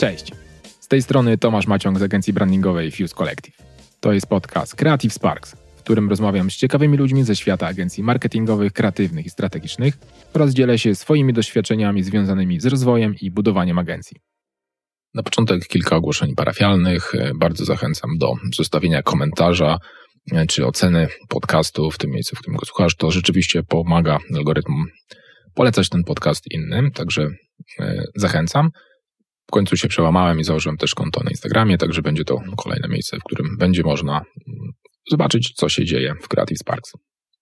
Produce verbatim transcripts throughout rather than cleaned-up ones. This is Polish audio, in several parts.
Cześć, z tej strony Tomasz Maciąg z agencji brandingowej Fuse Collective. To jest podcast Creative Sparks, w którym rozmawiam z ciekawymi ludźmi ze świata agencji marketingowych, kreatywnych i strategicznych oraz dzielę się swoimi doświadczeniami związanymi z rozwojem i budowaniem agencji. Na początek kilka ogłoszeń parafialnych. Bardzo zachęcam do zostawienia komentarza czy oceny podcastu w tym miejscu, w którym go słuchasz. To rzeczywiście pomaga algorytmom polecać ten podcast innym, także zachęcam. W końcu się przełamałem i założyłem też konto na Instagramie, także będzie to kolejne miejsce, w którym będzie można zobaczyć, co się dzieje w Creative Sparks.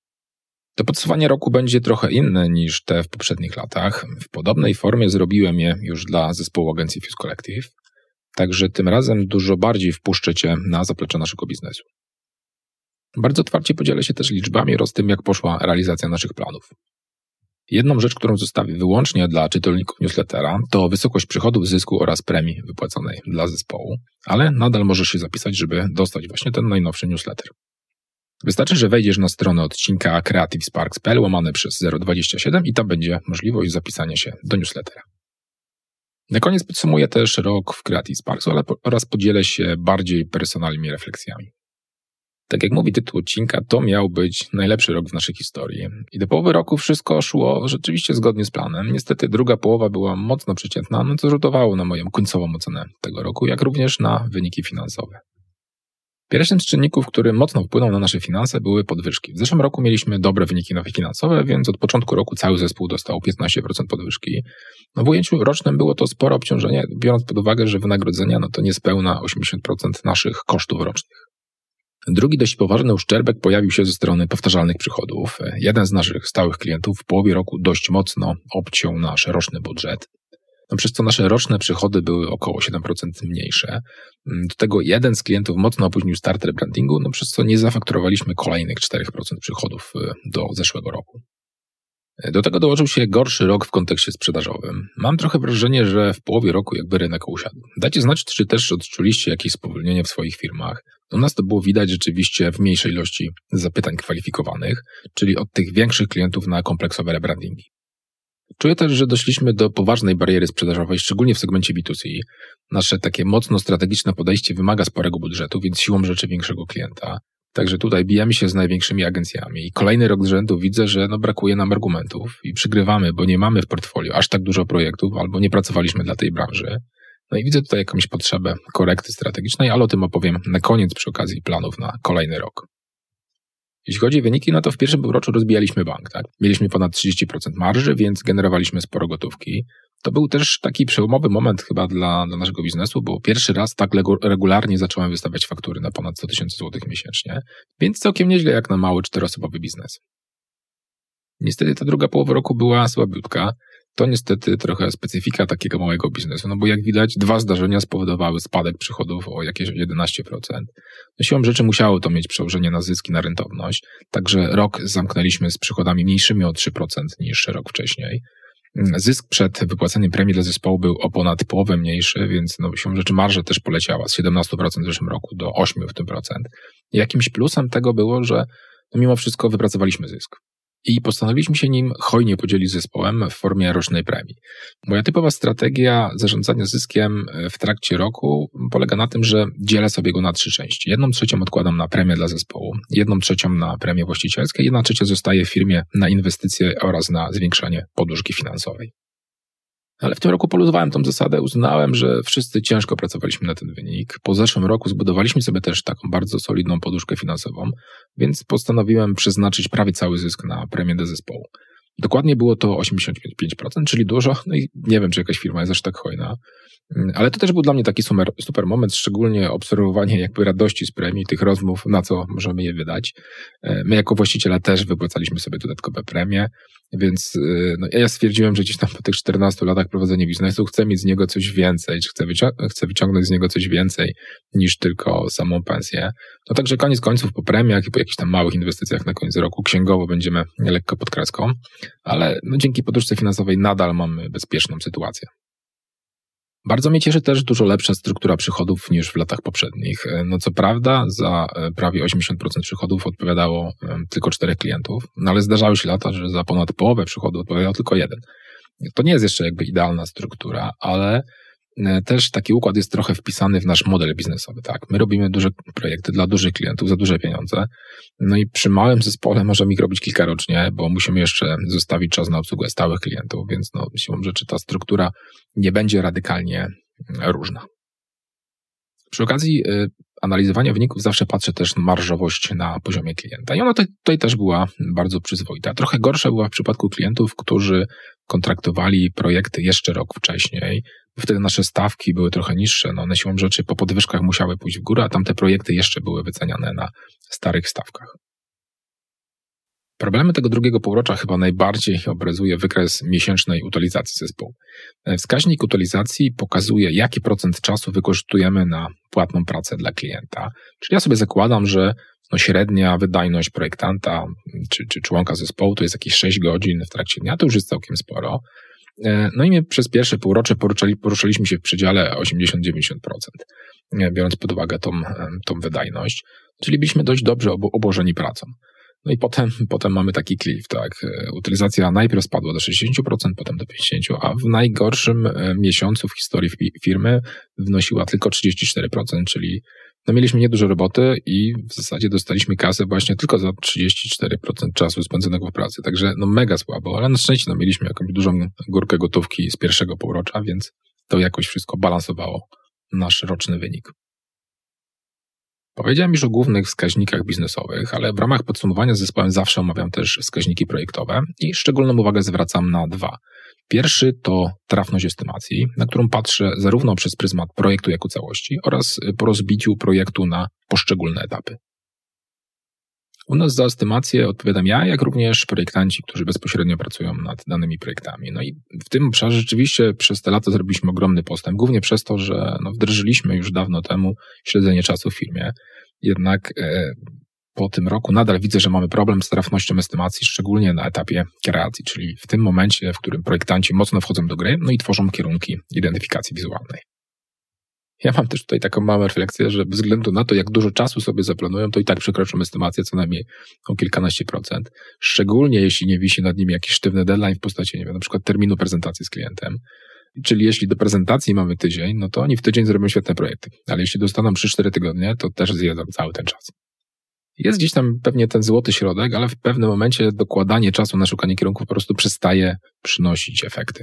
To podsumowanie roku będzie trochę inne niż te w poprzednich latach. W podobnej formie zrobiłem je już dla zespołu agencji Fuse Collective, także tym razem dużo bardziej wpuszczę Cię na zaplecze naszego biznesu. Bardzo otwarcie podzielę się też liczbami oraz tym, jak poszła realizacja naszych planów. Jedną rzecz, którą zostawię wyłącznie dla czytelników newslettera, to wysokość przychodów, zysku oraz premii wypłaconej dla zespołu, ale nadal możesz się zapisać, żeby dostać właśnie ten najnowszy newsletter. Wystarczy, że wejdziesz na stronę odcinka creativesparks.pl łamane przez zero dwadzieścia siedem i tam będzie możliwość zapisania się do newslettera. Na koniec podsumuję też rok w Creative Sparks oraz podzielę się bardziej personalnymi refleksjami. Tak jak mówi tytuł odcinka, to miał być najlepszy rok w naszej historii. I do połowy roku wszystko szło rzeczywiście zgodnie z planem. Niestety druga połowa była mocno przeciętna, no co rzutowało na moją końcową ocenę tego roku, jak również na wyniki finansowe. Pierwszym z czynników, który mocno wpłynął na nasze finanse, były podwyżki. W zeszłym roku mieliśmy dobre wyniki finansowe, więc od początku roku cały zespół dostał piętnaście procent podwyżki. No w ujęciu rocznym było to spore obciążenie, biorąc pod uwagę, że wynagrodzenia no to niespełna osiemdziesiąt procent naszych kosztów rocznych. Drugi dość poważny uszczerbek pojawił się ze strony powtarzalnych przychodów. Jeden z naszych stałych klientów w połowie roku dość mocno obciął nasz roczny budżet, no przez co nasze roczne przychody były około siedem procent mniejsze. Do tego jeden z klientów mocno opóźnił start rebrandingu, no przez co nie zafakturowaliśmy kolejnych cztery procent przychodów do zeszłego roku. Do tego dołożył się gorszy rok w kontekście sprzedażowym. Mam trochę wrażenie, że w połowie roku jakby rynek usiadł. Dajcie znać, czy też odczuliście jakieś spowolnienie w swoich firmach. U nas to było widać rzeczywiście w mniejszej ilości zapytań kwalifikowanych, czyli od tych większych klientów na kompleksowe rebrandingi. Czuję też, że doszliśmy do poważnej bariery sprzedażowej, szczególnie w segmencie B dwa C. Nasze takie mocno strategiczne podejście wymaga sporego budżetu, więc siłą rzeczy większego klienta. Także tutaj bijemy się z największymi agencjami i kolejny rok z rzędu widzę, że no brakuje nam argumentów i przygrywamy, bo nie mamy w portfolio aż tak dużo projektów albo nie pracowaliśmy dla tej branży. No i widzę tutaj jakąś potrzebę korekty strategicznej, ale o tym opowiem na koniec przy okazji planów na kolejny rok. Jeśli chodzi o wyniki, no to w pierwszym półroczu rozbijaliśmy bank, tak? Mieliśmy ponad trzydzieści procent marży, więc generowaliśmy sporo gotówki. To był też taki przełomowy moment chyba dla, dla naszego biznesu, bo pierwszy raz tak regularnie zacząłem wystawiać faktury na ponad sto tysięcy złotych miesięcznie, więc całkiem nieźle jak na mały czteroosobowy biznes. Niestety ta druga połowa roku była słabiutka. To niestety trochę specyfika takiego małego biznesu, no bo jak widać dwa zdarzenia spowodowały spadek przychodów o jakieś jedenaście procent. No siłą rzeczy musiało to mieć przełożenie na zyski, na rentowność, także rok zamknęliśmy z przychodami mniejszymi o trzy procent niż rok wcześniej. Zysk przed wypłaceniem premii dla zespołu był o ponad połowę mniejszy, więc no siłą rzeczy marża też poleciała z siedemnaście procent w zeszłym roku do osiem procent w tym procent. I jakimś plusem tego było, że no mimo wszystko wypracowaliśmy zysk. I postanowiliśmy się nim hojnie podzielić z zespołem w formie rocznej premii. Moja typowa strategia zarządzania zyskiem w trakcie roku polega na tym, że dzielę sobie go na trzy części. Jedną trzecią odkładam na premię dla zespołu, jedną trzecią na premie właścicielskie, jedna trzecia zostaje w firmie na inwestycje oraz na zwiększanie poduszki finansowej. Ale w tym roku poluzowałem tą zasadę, uznałem, że wszyscy ciężko pracowaliśmy na ten wynik. Po zeszłym roku zbudowaliśmy sobie też taką bardzo solidną poduszkę finansową, więc postanowiłem przeznaczyć prawie cały zysk na premię dla zespołu. Dokładnie było to osiemdziesiąt pięć procent, czyli dużo, no i nie wiem, czy jakaś firma jest aż tak hojna. Ale to też był dla mnie taki super, super moment, szczególnie obserwowanie jakby radości z premii, tych rozmów, na co możemy je wydać. My jako właściciele też wypłacaliśmy sobie dodatkowe premie, więc no, ja stwierdziłem, że gdzieś tam po tych czternastu latach prowadzenia biznesu chcę mieć z niego coś więcej, czy chcę, wycią- chcę wyciągnąć z niego coś więcej niż tylko samą pensję. No także koniec końców po premiach i po jakichś tam małych inwestycjach na koniec roku księgowo będziemy lekko pod kreską, ale no, dzięki poduszce finansowej nadal mamy bezpieczną sytuację. Bardzo mnie cieszy też dużo lepsza struktura przychodów niż w latach poprzednich. No co prawda za prawie osiemdziesiąt procent przychodów odpowiadało tylko czterech klientów, no ale zdarzały się lata, że za ponad połowę przychodów odpowiadał tylko jeden. To nie jest jeszcze jakby idealna struktura, ale też taki układ jest trochę wpisany w nasz model biznesowy. Tak? My robimy duże projekty dla dużych klientów za duże pieniądze. No i przy małym zespole możemy ich robić kilka rocznie, bo musimy jeszcze zostawić czas na obsługę stałych klientów, więc no, siłą rzeczy ta struktura nie będzie radykalnie różna. Przy okazji y, analizowania wyników zawsze patrzę też na marżowość na poziomie klienta i ona tutaj, tutaj też była bardzo przyzwoita. Trochę gorsza była w przypadku klientów, którzy kontraktowali projekty jeszcze rok wcześniej, bo wtedy nasze stawki były trochę niższe, no one siłą rzeczy po podwyżkach musiały pójść w górę, a tamte projekty jeszcze były wyceniane na starych stawkach. Problemy tego drugiego półrocza chyba najbardziej obrazuje wykres miesięcznej utylizacji zespołu. Wskaźnik utylizacji pokazuje, jaki procent czasu wykorzystujemy na płatną pracę dla klienta. Czyli ja sobie zakładam, że no średnia wydajność projektanta czy, czy członka zespołu to jest jakieś sześć godzin w trakcie dnia, to już jest całkiem sporo. No i my przez pierwsze półrocze poruszali, poruszaliśmy się w przedziale osiemdziesiąt do dziewięćdziesięciu procent, biorąc pod uwagę tą, tą wydajność, czyli byliśmy dość dobrze obłożeni pracą. No i potem, potem mamy taki cliff, tak. Utylizacja najpierw spadła do sześćdziesięciu procent, potem do pięćdziesięciu procent, a w najgorszym miesiącu w historii firmy wynosiła tylko trzydzieści cztery procent, czyli no mieliśmy niedużo roboty i w zasadzie dostaliśmy kasę właśnie tylko za trzydzieści cztery procent czasu spędzonego w pracy. Także no mega słabo, ale na szczęście no mieliśmy jakąś dużą górkę gotówki z pierwszego półrocza, więc to jakoś wszystko balansowało nasz roczny wynik. Powiedziałem już o głównych wskaźnikach biznesowych, ale w ramach podsumowania z zespołem zawsze omawiam też wskaźniki projektowe i szczególną uwagę zwracam na dwa. Pierwszy to trafność estymacji, na którą patrzę zarówno przez pryzmat projektu jako całości oraz po rozbiciu projektu na poszczególne etapy. U nas za estymację odpowiadam ja, jak również projektanci, którzy bezpośrednio pracują nad danymi projektami. No i w tym obszarze rzeczywiście przez te lata zrobiliśmy ogromny postęp, głównie przez to, że no wdrożyliśmy już dawno temu śledzenie czasu w firmie. Jednak e, po tym roku nadal widzę, że mamy problem z trafnością estymacji, szczególnie na etapie kreacji, czyli w tym momencie, w którym projektanci mocno wchodzą do gry, no i tworzą kierunki identyfikacji wizualnej. Ja mam też tutaj taką małą refleksję, że bez względu na to, jak dużo czasu sobie zaplanują, to i tak przekroczą estymację co najmniej o kilkanaście procent. Szczególnie jeśli nie wisi nad nimi jakiś sztywny deadline w postaci, nie wiem, na przykład terminu prezentacji z klientem. Czyli jeśli do prezentacji mamy tydzień, no to oni w tydzień zrobią świetne projekty. Ale jeśli dostaną trzy cztery tygodnie, to też zjedzą cały ten czas. Jest gdzieś tam pewnie ten złoty środek, ale w pewnym momencie dokładanie czasu na szukanie kierunków po prostu przestaje przynosić efekty.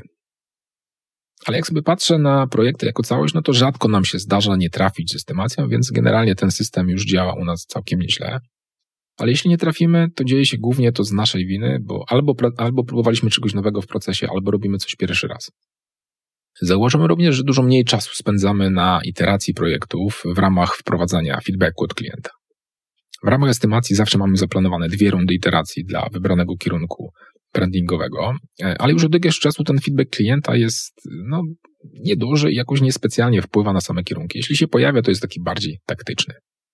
Ale jak sobie patrzę na projekty jako całość, no to rzadko nam się zdarza nie trafić z estymacją, więc generalnie ten system już działa u nas całkiem nieźle. Ale jeśli nie trafimy, to dzieje się głównie to z naszej winy, bo albo, albo próbowaliśmy czegoś nowego w procesie, albo robimy coś pierwszy raz. Zauważymy również, że dużo mniej czasu spędzamy na iteracji projektów w ramach wprowadzania feedbacku od klienta. W ramach estymacji zawsze mamy zaplanowane dwie rundy iteracji dla wybranego kierunku brandingowego, ale już od jakiegoś czasu ten feedback klienta jest no, nieduży i jakoś niespecjalnie wpływa na same kierunki. Jeśli się pojawia, to jest taki bardziej taktyczny.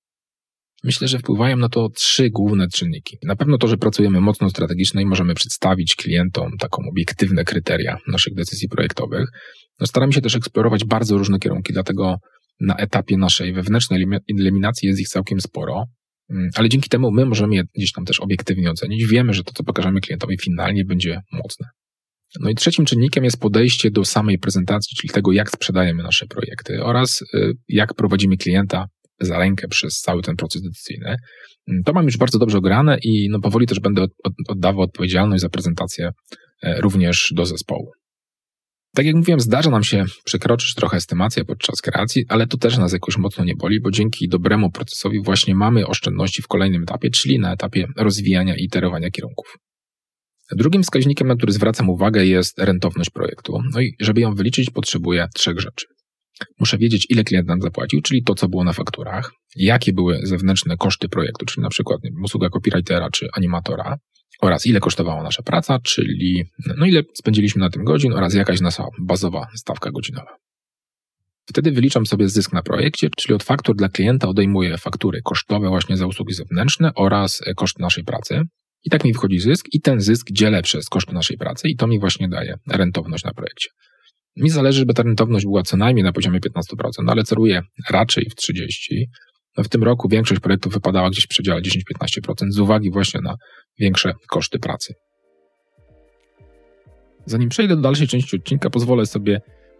Myślę, że wpływają na to trzy główne czynniki. Na pewno to, że pracujemy mocno strategicznie i możemy przedstawić klientom taką obiektywne kryteria naszych decyzji projektowych. No, staramy się też eksplorować bardzo różne kierunki, dlatego na etapie naszej wewnętrznej eliminacji jest ich całkiem sporo, ale dzięki temu my możemy je gdzieś tam też obiektywnie ocenić. Wiemy, że to, co pokażemy klientowi finalnie, będzie mocne. No i trzecim czynnikiem jest podejście do samej prezentacji, czyli tego, jak sprzedajemy nasze projekty oraz jak prowadzimy klienta za rękę przez cały ten proces decyzyjny. To mam już bardzo dobrze ograne i no powoli też będę oddawał odpowiedzialność za prezentację również do zespołu. Tak jak mówiłem, zdarza nam się przekroczyć trochę estymację podczas kreacji, ale to też nas jakoś mocno nie boli, bo dzięki dobremu procesowi właśnie mamy oszczędności w kolejnym etapie, czyli na etapie rozwijania i iterowania kierunków. Drugim wskaźnikiem, na który zwracam uwagę, jest rentowność projektu. No i żeby ją wyliczyć, potrzebuję trzech rzeczy. Muszę wiedzieć, ile klient nam zapłacił, czyli to, co było na fakturach, jakie były zewnętrzne koszty projektu, czyli na przykład nie wiem, usługa copywritera czy animatora, oraz ile kosztowała nasza praca, czyli no ile spędziliśmy na tym godzin oraz jakaś nasza bazowa stawka godzinowa. Wtedy wyliczam sobie zysk na projekcie, czyli od faktur dla klienta odejmuję faktury kosztowe właśnie za usługi zewnętrzne oraz koszty naszej pracy. I tak mi wychodzi zysk i ten zysk dzielę przez koszty naszej pracy i to mi właśnie daje rentowność na projekcie. Mi zależy, żeby ta rentowność była co najmniej na poziomie piętnaście procent, ale celuję raczej w trzydzieści procent. No w tym roku większość projektów wypadała gdzieś w przedziale dziesięć do piętnastu procent z uwagi właśnie na większe koszty pracy. Zanim przejdę do dalszej części odcinka, pozwolę sobie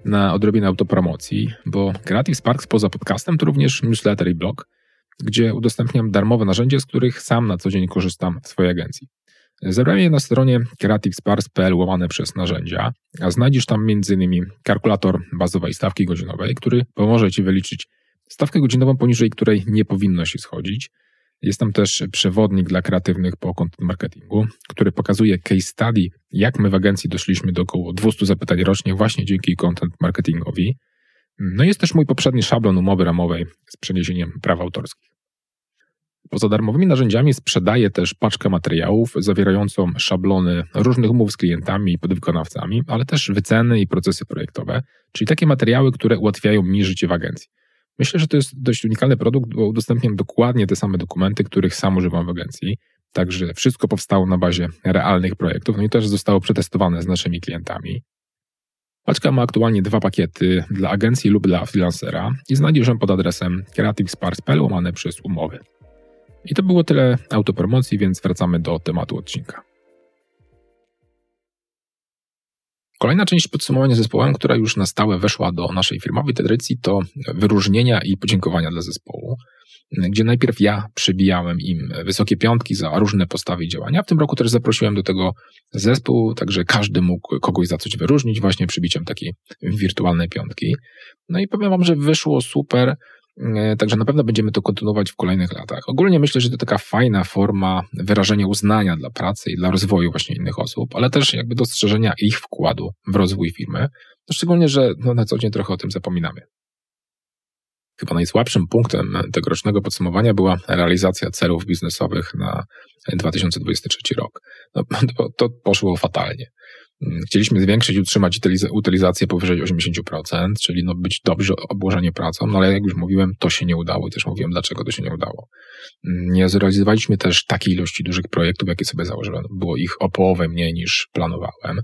na odrobinę autopromocji, bo Creative Sparks poza podcastem to również newsletter i blog, gdzie udostępniam darmowe narzędzia, z których sam na co dzień korzystam w swojej agencji. Zebrałem je na stronie creativesparks kropka p l łamane przez narzędzia, a znajdziesz tam m.in. kalkulator bazowej stawki godzinowej, który pomoże Ci wyliczyć stawkę godzinową, poniżej której nie powinno się schodzić. Jest tam też przewodnik dla kreatywnych po content marketingu, który pokazuje case study, jak my w agencji doszliśmy do około dwieście zapytań rocznie właśnie dzięki content marketingowi. No jest też mój poprzedni szablon umowy ramowej z przeniesieniem praw autorskich. Poza darmowymi narzędziami sprzedaję też paczkę materiałów zawierającą szablony różnych umów z klientami i podwykonawcami, ale też wyceny i procesy projektowe, czyli takie materiały, które ułatwiają mi życie w agencji. Myślę, że to jest dość unikalny produkt, bo udostępniam dokładnie te same dokumenty, których sam używam w agencji. Także wszystko powstało na bazie realnych projektów, no i też zostało przetestowane z naszymi klientami. Paczka ma aktualnie dwa pakiety dla agencji lub dla freelancera i znajdziesz ją pod adresem creativesparks kropka p l łamane przez umowy. I to było tyle autopromocji, więc wracamy do tematu odcinka. Kolejna część podsumowania zespołem, która już na stałe weszła do naszej firmowej tradycji, to wyróżnienia i podziękowania dla zespołu, gdzie najpierw ja przybijałem im wysokie piątki za różne postawy i działania. W tym roku też zaprosiłem do tego zespół, także każdy mógł kogoś za coś wyróżnić, właśnie przybiciem takiej wirtualnej piątki. No i powiem Wam, że wyszło super. Także na pewno będziemy to kontynuować w kolejnych latach. Ogólnie myślę, że to taka fajna forma wyrażenia uznania dla pracy i dla rozwoju właśnie innych osób, ale też jakby dostrzeżenia ich wkładu w rozwój firmy. No szczególnie, że no na co dzień trochę o tym zapominamy. Chyba najsłabszym punktem tegorocznego podsumowania była realizacja celów biznesowych na dwa tysiące dwudziesty trzeci rok. No, to, to poszło fatalnie. Chcieliśmy zwiększyć i utrzymać utylizację powyżej osiemdziesiąt procent, czyli no być dobrze obłożeni pracą, no ale jak już mówiłem, to się nie udało i też mówiłem, dlaczego to się nie udało. Nie zrealizowaliśmy też takiej ilości dużych projektów, jakie sobie założyłem. Było ich o połowę mniej niż planowałem.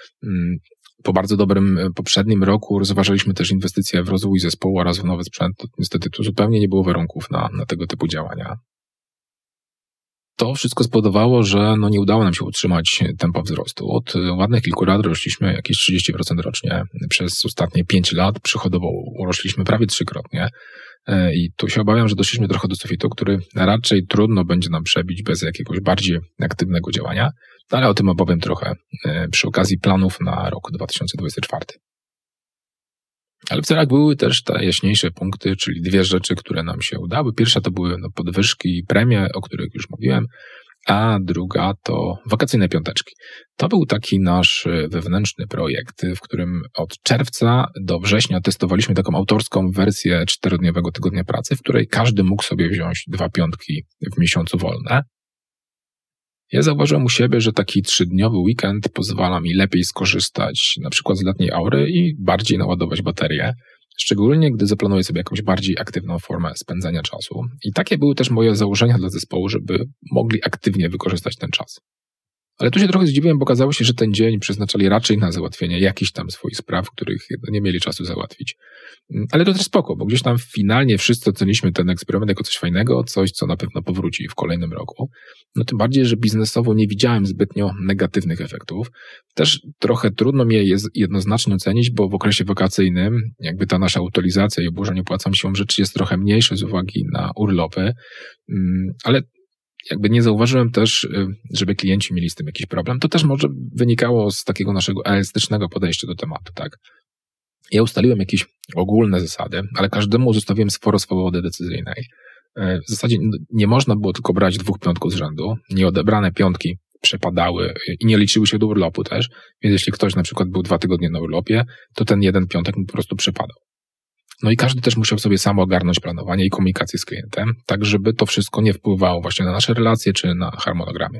Po bardzo dobrym poprzednim roku rozważaliśmy też inwestycje w rozwój zespołu oraz w nowy sprzęt. Niestety tu zupełnie nie było warunków na, na tego typu działania. To wszystko spowodowało, że no nie udało nam się utrzymać tempa wzrostu. Od ładnych kilku lat rośliśmy jakieś trzydzieści procent rocznie. Przez ostatnie pięć lat przychodowo urośliśmy prawie trzykrotnie. I tu się obawiam, że doszliśmy trochę do sufitu, który raczej trudno będzie nam przebić bez jakiegoś bardziej aktywnego działania, ale o tym opowiem trochę przy okazji planów na rok dwa tysiące dwudziesty czwarty. Ale w celach były też te jaśniejsze punkty, czyli dwie rzeczy, które nam się udały. Pierwsza to były no, podwyżki i premie, o których już mówiłem, a druga to wakacyjne piąteczki. To był taki nasz wewnętrzny projekt, w którym od czerwca do września testowaliśmy taką autorską wersję czterodniowego tygodnia pracy, w której każdy mógł sobie wziąć dwa piątki w miesiącu wolne. Ja zauważyłem u siebie, że taki trzydniowy weekend pozwala mi lepiej skorzystać na przykład z letniej aury i bardziej naładować baterię, szczególnie gdy zaplanuję sobie jakąś bardziej aktywną formę spędzania czasu. I takie były też moje założenia dla zespołu, żeby mogli aktywnie wykorzystać ten czas. Ale tu się trochę zdziwiłem, bo okazało się, że ten dzień przeznaczali raczej na załatwienie jakichś tam swoich spraw, których nie mieli czasu załatwić. Ale to też spoko, bo gdzieś tam finalnie wszyscy oceniliśmy ten eksperyment jako coś fajnego, coś, co na pewno powróci w kolejnym roku. No tym bardziej, że biznesowo nie widziałem zbytnio negatywnych efektów. Też trochę trudno mi je jednoznacznie ocenić, bo w okresie wakacyjnym jakby ta nasza utylizacja i obłożenie płacą siłą rzeczy jest trochę mniejsze z uwagi na urlopy, ale jakby nie zauważyłem też, żeby klienci mieli z tym jakiś problem. To też może wynikało z takiego naszego elastycznego podejścia do tematu, tak? Ja ustaliłem jakieś ogólne zasady, ale każdemu zostawiłem sporo swobody decyzyjnej. W zasadzie nie można było tylko brać dwóch piątków z rzędu. Nieodebrane piątki przepadały i nie liczyły się do urlopu też, więc jeśli ktoś na przykład był dwa tygodnie na urlopie, to ten jeden piątek mu po prostu przepadał. No i każdy też musiał sobie sam ogarnąć planowanie i komunikację z klientem, tak żeby to wszystko nie wpływało właśnie na nasze relacje czy na harmonogramy.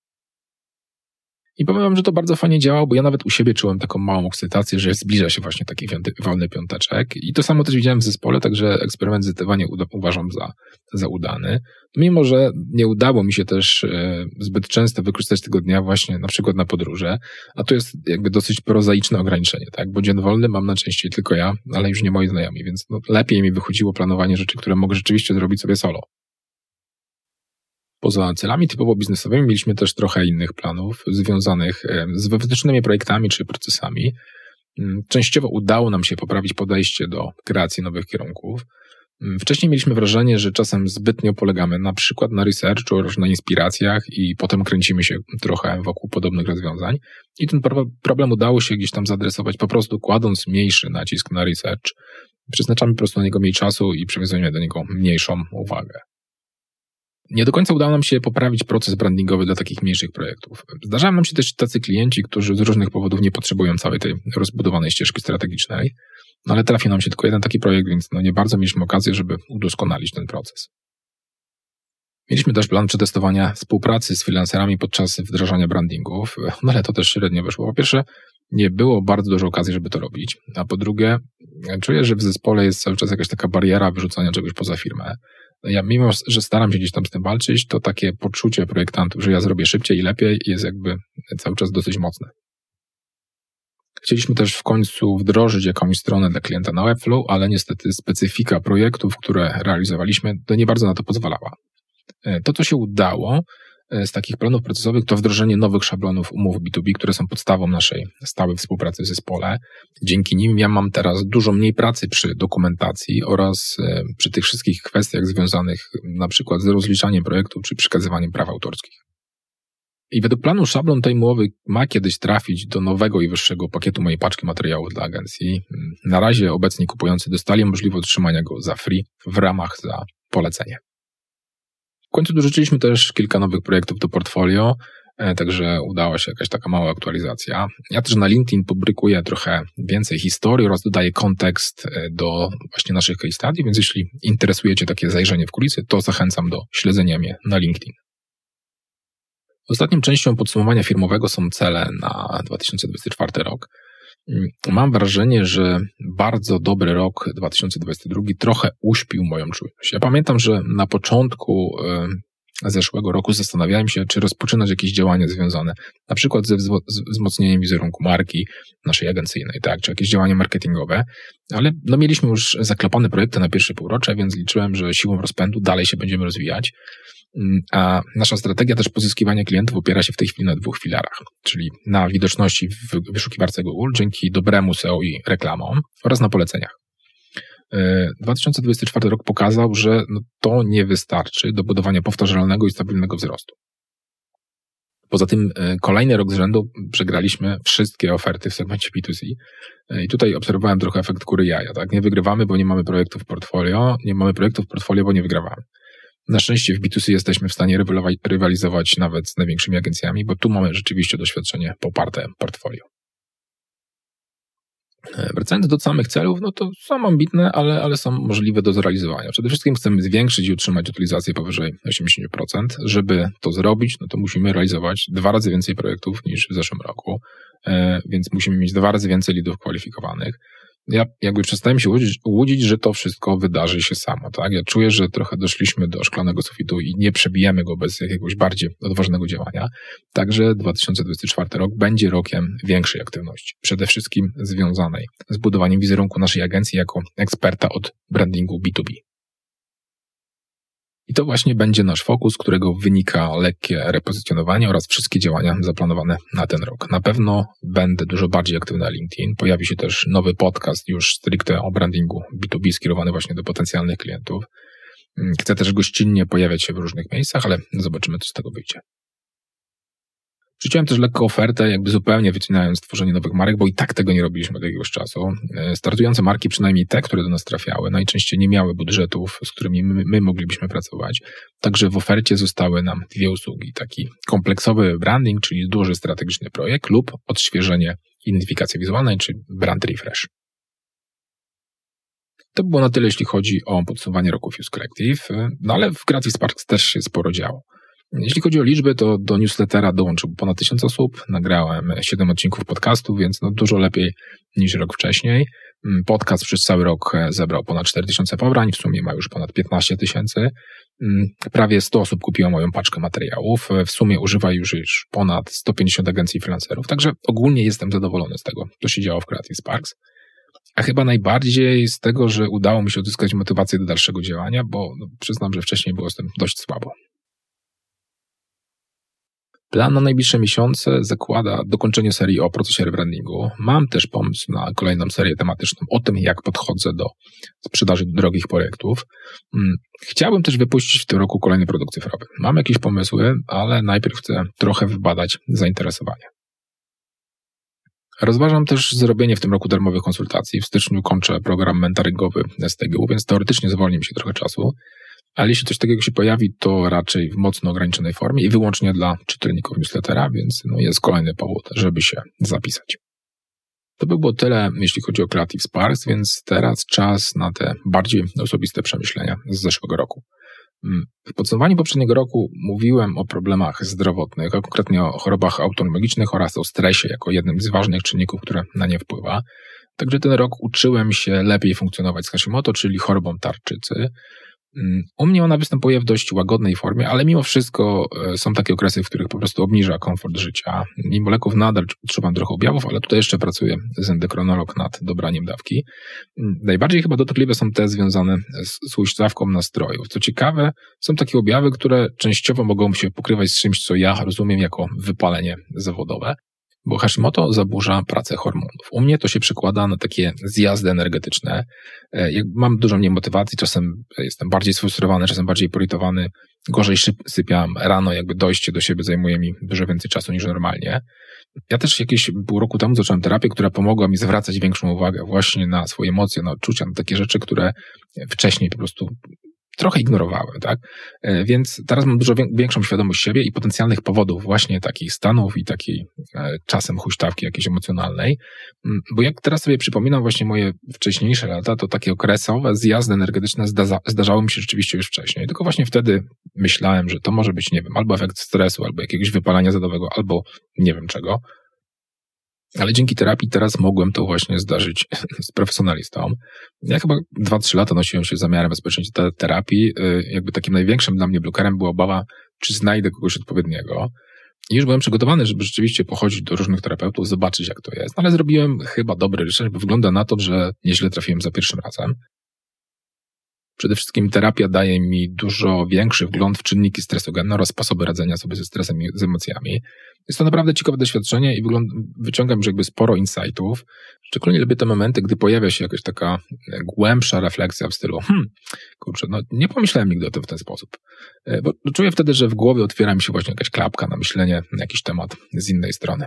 I powiem wam, że to bardzo fajnie działało, bo ja nawet u siebie czułem taką małą ekscytację, że zbliża się właśnie taki wolny piąteczek. I to samo też widziałem w zespole, także eksperyment zdecydowanie uważam za, za udany. Mimo że nie udało mi się też e, zbyt często wykorzystać tego dnia właśnie na przykład na podróże, a to jest jakby dosyć prozaiczne ograniczenie, tak? Bo dzień wolny mam najczęściej tylko ja, ale już nie moi znajomi, więc no, lepiej mi wychodziło planowanie rzeczy, które mogę rzeczywiście zrobić sobie solo. Poza celami typowo biznesowymi mieliśmy też trochę innych planów związanych z wewnętrznymi projektami czy procesami. Częściowo udało nam się poprawić podejście do kreacji nowych kierunków. Wcześniej mieliśmy wrażenie, że czasem zbytnio polegamy na przykład na researchu oraz na inspiracjach i potem kręcimy się trochę wokół podobnych rozwiązań. I ten problem udało się gdzieś tam zaadresować po prostu kładąc mniejszy nacisk na research. Przeznaczamy po prostu na niego mniej czasu i przywiązujemy do niego mniejszą uwagę. Nie do końca udało nam się poprawić proces brandingowy dla takich mniejszych projektów. Zdarzają nam się też tacy klienci, którzy z różnych powodów nie potrzebują całej tej rozbudowanej ścieżki strategicznej, no ale trafił nam się tylko jeden taki projekt, więc no nie bardzo mieliśmy okazję, żeby udoskonalić ten proces. Mieliśmy też plan przetestowania współpracy z freelancerami podczas wdrażania brandingów, no ale to też średnio wyszło. Po pierwsze, nie było bardzo dużo okazji, żeby to robić, a po drugie, czuję, że w zespole jest cały czas jakaś taka bariera wyrzucania czegoś poza firmę. Ja mimo, że staram się gdzieś tam z tym walczyć, to takie poczucie projektantów, że ja zrobię szybciej i lepiej, jest jakby cały czas dosyć mocne. Chcieliśmy też w końcu wdrożyć jakąś stronę dla klienta na Webflow, ale niestety specyfika projektów, które realizowaliśmy, to nie bardzo na to pozwalała. To, co się udało z takich planów procesowych, to wdrożenie nowych szablonów umów B dwa B, które są podstawą naszej stałej współpracy w zespole. Dzięki nim ja mam teraz dużo mniej pracy przy dokumentacji oraz przy tych wszystkich kwestiach związanych na przykład z rozliczaniem projektów czy przekazywaniem praw autorskich. I według planu szablon tej umowy ma kiedyś trafić do nowego i wyższego pakietu mojej paczki materiałów dla agencji. Na razie obecni kupujący dostali możliwość otrzymania go za free w ramach za polecenie. W końcu dorzuciliśmy też kilka nowych projektów do portfolio, także udała się jakaś taka mała aktualizacja. Ja też na LinkedIn publikuję trochę więcej historii oraz dodaję kontekst do właśnie naszych case study, więc jeśli interesujecie takie zajrzenie w kulisy, to zachęcam do śledzenia mnie na LinkedIn. Ostatnią częścią podsumowania firmowego są cele na dwa tysiące dwudziesty czwarty rok. Mam wrażenie, że bardzo dobry rok dwa tysiące dwudziesty drugi trochę uśpił moją czujność. Ja pamiętam, że na początku zeszłego roku zastanawiałem się, czy rozpoczynać jakieś działania związane na przykład ze wzmocnieniem wizerunku marki naszej agencyjnej, tak, czy jakieś działania marketingowe, ale no mieliśmy już zaklepane projekty na pierwsze półrocze, więc liczyłem, że siłą rozpędu dalej się będziemy rozwijać. A nasza strategia też pozyskiwania klientów opiera się w tej chwili na dwóch filarach, czyli na widoczności w wyszukiwarce Google dzięki dobremu S E O i reklamom oraz na poleceniach. dwa tysiące dwudziesty czwarty rok pokazał, że no to nie wystarczy do budowania powtarzalnego i stabilnego wzrostu. Poza tym kolejny rok z rzędu przegraliśmy wszystkie oferty w segmencie B dwa C i tutaj obserwowałem trochę efekt kury jaja. Tak? Nie wygrywamy, bo nie mamy projektów w portfolio, nie mamy projektów w portfolio, bo nie wygrywamy. Na szczęście w B dwa C jesteśmy w stanie rywalizować nawet z największymi agencjami, bo tu mamy rzeczywiście doświadczenie poparte portfolio. Wracając do samych celów, no to są ambitne, ale, ale są możliwe do zrealizowania. Przede wszystkim chcemy zwiększyć i utrzymać utylizację powyżej osiemdziesiąt procent. Żeby to zrobić, no to musimy realizować dwa razy więcej projektów niż w zeszłym roku, więc musimy mieć dwa razy więcej lidów kwalifikowanych. Ja jakby przestałem się łudzić, łudzić, że to wszystko wydarzy się samo, tak? Ja czuję, że trochę doszliśmy do szklanego sufitu i nie przebijemy go bez jakiegoś bardziej odważnego działania. Także dwa tysiące dwudziesty czwarty rok będzie rokiem większej aktywności. Przede wszystkim związanej z budowaniem wizerunku naszej agencji jako eksperta od brandingu B dwa B. I to właśnie będzie nasz fokus, z którego wynika lekkie repozycjonowanie oraz wszystkie działania zaplanowane na ten rok. Na pewno będę dużo bardziej aktywny na LinkedIn. Pojawi się też nowy podcast już stricte o brandingu B dwa B skierowany właśnie do potencjalnych klientów. Chcę też gościnnie pojawiać się w różnych miejscach, ale zobaczymy, co z tego wyjdzie. Rzuciłem też lekko ofertę, jakby zupełnie wycinając tworzenie nowych marek, bo i tak tego nie robiliśmy od jakiegoś czasu. Startujące marki, przynajmniej te, które do nas trafiały, najczęściej nie miały budżetów, z którymi my, my moglibyśmy pracować. Także w ofercie zostały nam dwie usługi. Taki kompleksowy branding, czyli duży strategiczny projekt lub odświeżenie identyfikacji wizualnej, czy brand refresh. To było na tyle, jeśli chodzi o podsumowanie roku Fuse Collective, no ale w Creative Sparks też się sporo działo. Jeśli chodzi o liczby, to do newslettera dołączył ponad tysiąc osób, nagrałem siedem odcinków podcastu, więc no dużo lepiej niż rok wcześniej. Podcast przez cały rok zebrał ponad cztery tysiące pobrań, w sumie ma już ponad piętnaście tysięcy. Prawie sto osób kupiło moją paczkę materiałów, w sumie używa już, już ponad sto pięćdziesiąt agencji freelancerów, także ogólnie jestem zadowolony z tego, co się działo w Creative Sparks. A chyba najbardziej z tego, że udało mi się uzyskać motywację do dalszego działania, bo no, przyznam, że wcześniej było z tym dość słabo. Plan na najbliższe miesiące zakłada dokończenie serii o procesie rebrandingu. Mam też pomysł na kolejną serię tematyczną o tym, jak podchodzę do sprzedaży drogich projektów. Chciałbym też wypuścić w tym roku kolejny produkt cyfrowy. Mam jakieś pomysły, ale najpierw chcę trochę wybadać zainteresowanie. Rozważam też zrobienie w tym roku darmowych konsultacji. W styczniu kończę program mentoringowy S T G U, więc teoretycznie zwolni mi się trochę czasu. Ale jeśli coś takiego się pojawi, to raczej w mocno ograniczonej formie i wyłącznie dla czytelników newslettera, więc no jest kolejny powód, żeby się zapisać. To by było tyle, jeśli chodzi o Creative Sparks, więc teraz czas na te bardziej osobiste przemyślenia z zeszłego roku. W podsumowaniu poprzedniego roku mówiłem o problemach zdrowotnych, a konkretnie o chorobach autoimmunologicznych oraz o stresie jako jednym z ważnych czynników, które na nie wpływa. Także ten rok uczyłem się lepiej funkcjonować z Hashimoto, czyli chorobą tarczycy. U mnie ona występuje w dość łagodnej formie, ale mimo wszystko są takie okresy, w których po prostu obniża komfort życia. Mimo leków nadal odczuwam trochę objawów, ale tutaj jeszcze pracuję z endokrynolog nad dobraniem dawki. Najbardziej chyba dotkliwe są te związane z, z huśtawką nastrojów. Co ciekawe, są takie objawy, które częściowo mogą się pokrywać z czymś, co ja rozumiem jako wypalenie zawodowe. Bo Hashimoto zaburza pracę hormonów. U mnie to się przekłada na takie zjazdy energetyczne. Jak mam dużo mniej motywacji, czasem jestem bardziej sfrustrowany, czasem bardziej poirytowany, gorzej sypiam rano, jakby dojście do siebie zajmuje mi dużo więcej czasu niż normalnie. Ja też jakieś pół roku temu zacząłem terapię, która pomogła mi zwracać większą uwagę właśnie na swoje emocje, na odczucia, na takie rzeczy, które wcześniej po prostu trochę ignorowałem, tak? Więc teraz mam dużo większą świadomość siebie i potencjalnych powodów właśnie takich stanów i takiej czasem huśtawki jakiejś emocjonalnej. Bo jak teraz sobie przypominam właśnie moje wcześniejsze lata, to takie okresowe zjazdy energetyczne zdarza, zdarzały mi się rzeczywiście już wcześniej. Tylko właśnie wtedy myślałem, że to może być, nie wiem, albo efekt stresu, albo jakiegoś wypalania zawodowego, albo nie wiem czego. Ale dzięki terapii teraz mogłem to właśnie zdarzyć z profesjonalistą. Ja chyba dwa trzy lata nosiłem się z zamiarem rozpoczęcia terapii. Jakby takim największym dla mnie blokerem była obawa, czy znajdę kogoś odpowiedniego. I już byłem przygotowany, żeby rzeczywiście pochodzić do różnych terapeutów, zobaczyć jak to jest. Ale zrobiłem chyba dobry research, bo wygląda na to, że nieźle trafiłem za pierwszym razem. Przede wszystkim terapia daje mi dużo większy wgląd w czynniki stresogenne oraz sposoby radzenia sobie ze stresem i z emocjami. Jest to naprawdę ciekawe doświadczenie i wygląd- wyciągam już jakby sporo insightów. Szczególnie lubię te momenty, gdy pojawia się jakaś taka głębsza refleksja w stylu hmm, kurczę, no nie pomyślałem nigdy o tym w ten sposób. Bo czuję wtedy, że w głowie otwiera mi się właśnie jakaś klapka na myślenie na jakiś temat z innej strony.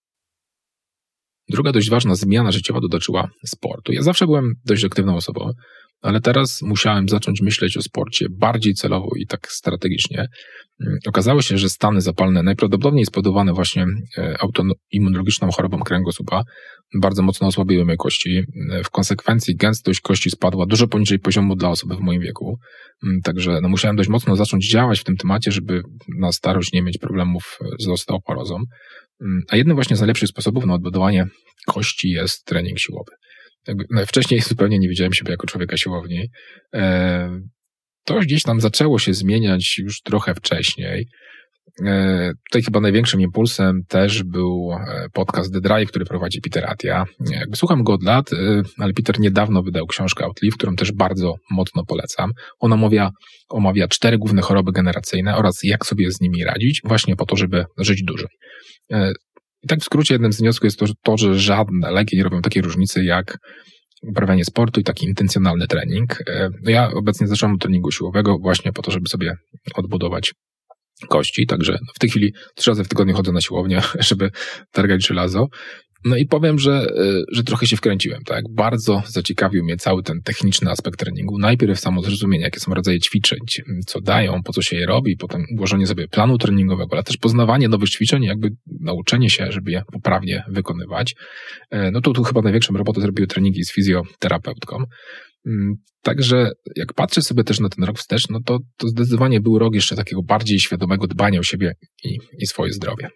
Druga dość ważna zmiana życiowa dotyczyła sportu. Ja zawsze byłem dość aktywną osobą, ale teraz musiałem zacząć myśleć o sporcie bardziej celowo i tak strategicznie. Okazało się, że stany zapalne, najprawdopodobniej spowodowane właśnie autoimmunologiczną chorobą kręgosłupa, bardzo mocno osłabiły moje kości. W konsekwencji gęstość kości spadła dużo poniżej poziomu dla osoby w moim wieku. Także no, musiałem dość mocno zacząć działać w tym temacie, żeby na starość nie mieć problemów z osteoporozą. A jednym właśnie z najlepszych sposobów na odbudowanie kości jest trening siłowy. No, wcześniej zupełnie nie widziałem siebie jako człowieka siłowni. To gdzieś tam zaczęło się zmieniać już trochę wcześniej. Tutaj chyba największym impulsem też był podcast The Drive, który prowadzi Peter Attia. Jakby słucham go od lat, ale Peter niedawno wydał książkę Outlive, którą też bardzo mocno polecam. On omawia, omawia cztery główne choroby generacyjne oraz jak sobie z nimi radzić, właśnie po to, żeby żyć dłużej. I tak w skrócie jednym z wniosków jest to, że, to, że żadne leki nie robią takiej różnicy jak uprawianie sportu i taki intencjonalny trening. No ja obecnie zacząłem od treningu siłowego właśnie po to, żeby sobie odbudować kości, także w tej chwili trzy razy w tygodniu chodzę na siłownię, żeby targać żelazo. No i powiem, że, że trochę się wkręciłem, tak? Bardzo zaciekawił mnie cały ten techniczny aspekt treningu. Najpierw samo zrozumienie, jakie są rodzaje ćwiczeń, co dają, po co się je robi, potem ułożenie sobie planu treningowego, ale też poznawanie nowych ćwiczeń, jakby nauczenie się, żeby je poprawnie wykonywać. No to tu chyba największą robotę zrobiły treningi z fizjoterapeutką. Także jak patrzę sobie też na ten rok wstecz, no to, to zdecydowanie był rok jeszcze takiego bardziej świadomego dbania o siebie i, i swoje zdrowie.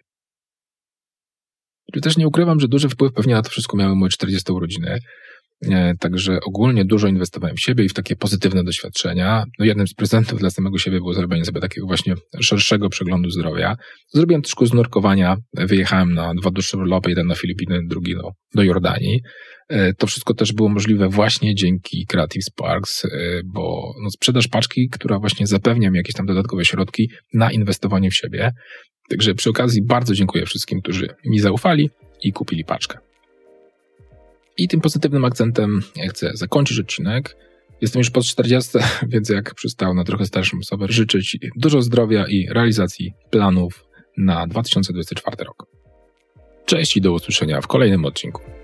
Też nie ukrywam, że duży wpływ pewnie na to wszystko miały moje czterdzieste urodziny. Także ogólnie dużo inwestowałem w siebie i w takie pozytywne doświadczenia. No jednym z prezentów dla samego siebie było zrobienie sobie takiego właśnie szerszego przeglądu zdrowia. Zrobiłem też kurs nurkowania, wyjechałem na dwa dłuższe urlopy, jeden na Filipiny, drugi no, do Jordanii. To wszystko też było możliwe właśnie dzięki Creative Sparks, bo no, sprzedaż paczki, która właśnie zapewnia mi jakieś tam dodatkowe środki na inwestowanie w siebie. Także przy okazji bardzo dziękuję wszystkim, którzy mi zaufali i kupili paczkę. I tym pozytywnym akcentem ja chcę zakończyć odcinek. Jestem już po czterdziestce, więc jak przystało na trochę starszą osobę, życzę Ci dużo zdrowia i realizacji planów na dwa tysiące dwudziesty czwarty rok. Cześć i do usłyszenia w kolejnym odcinku.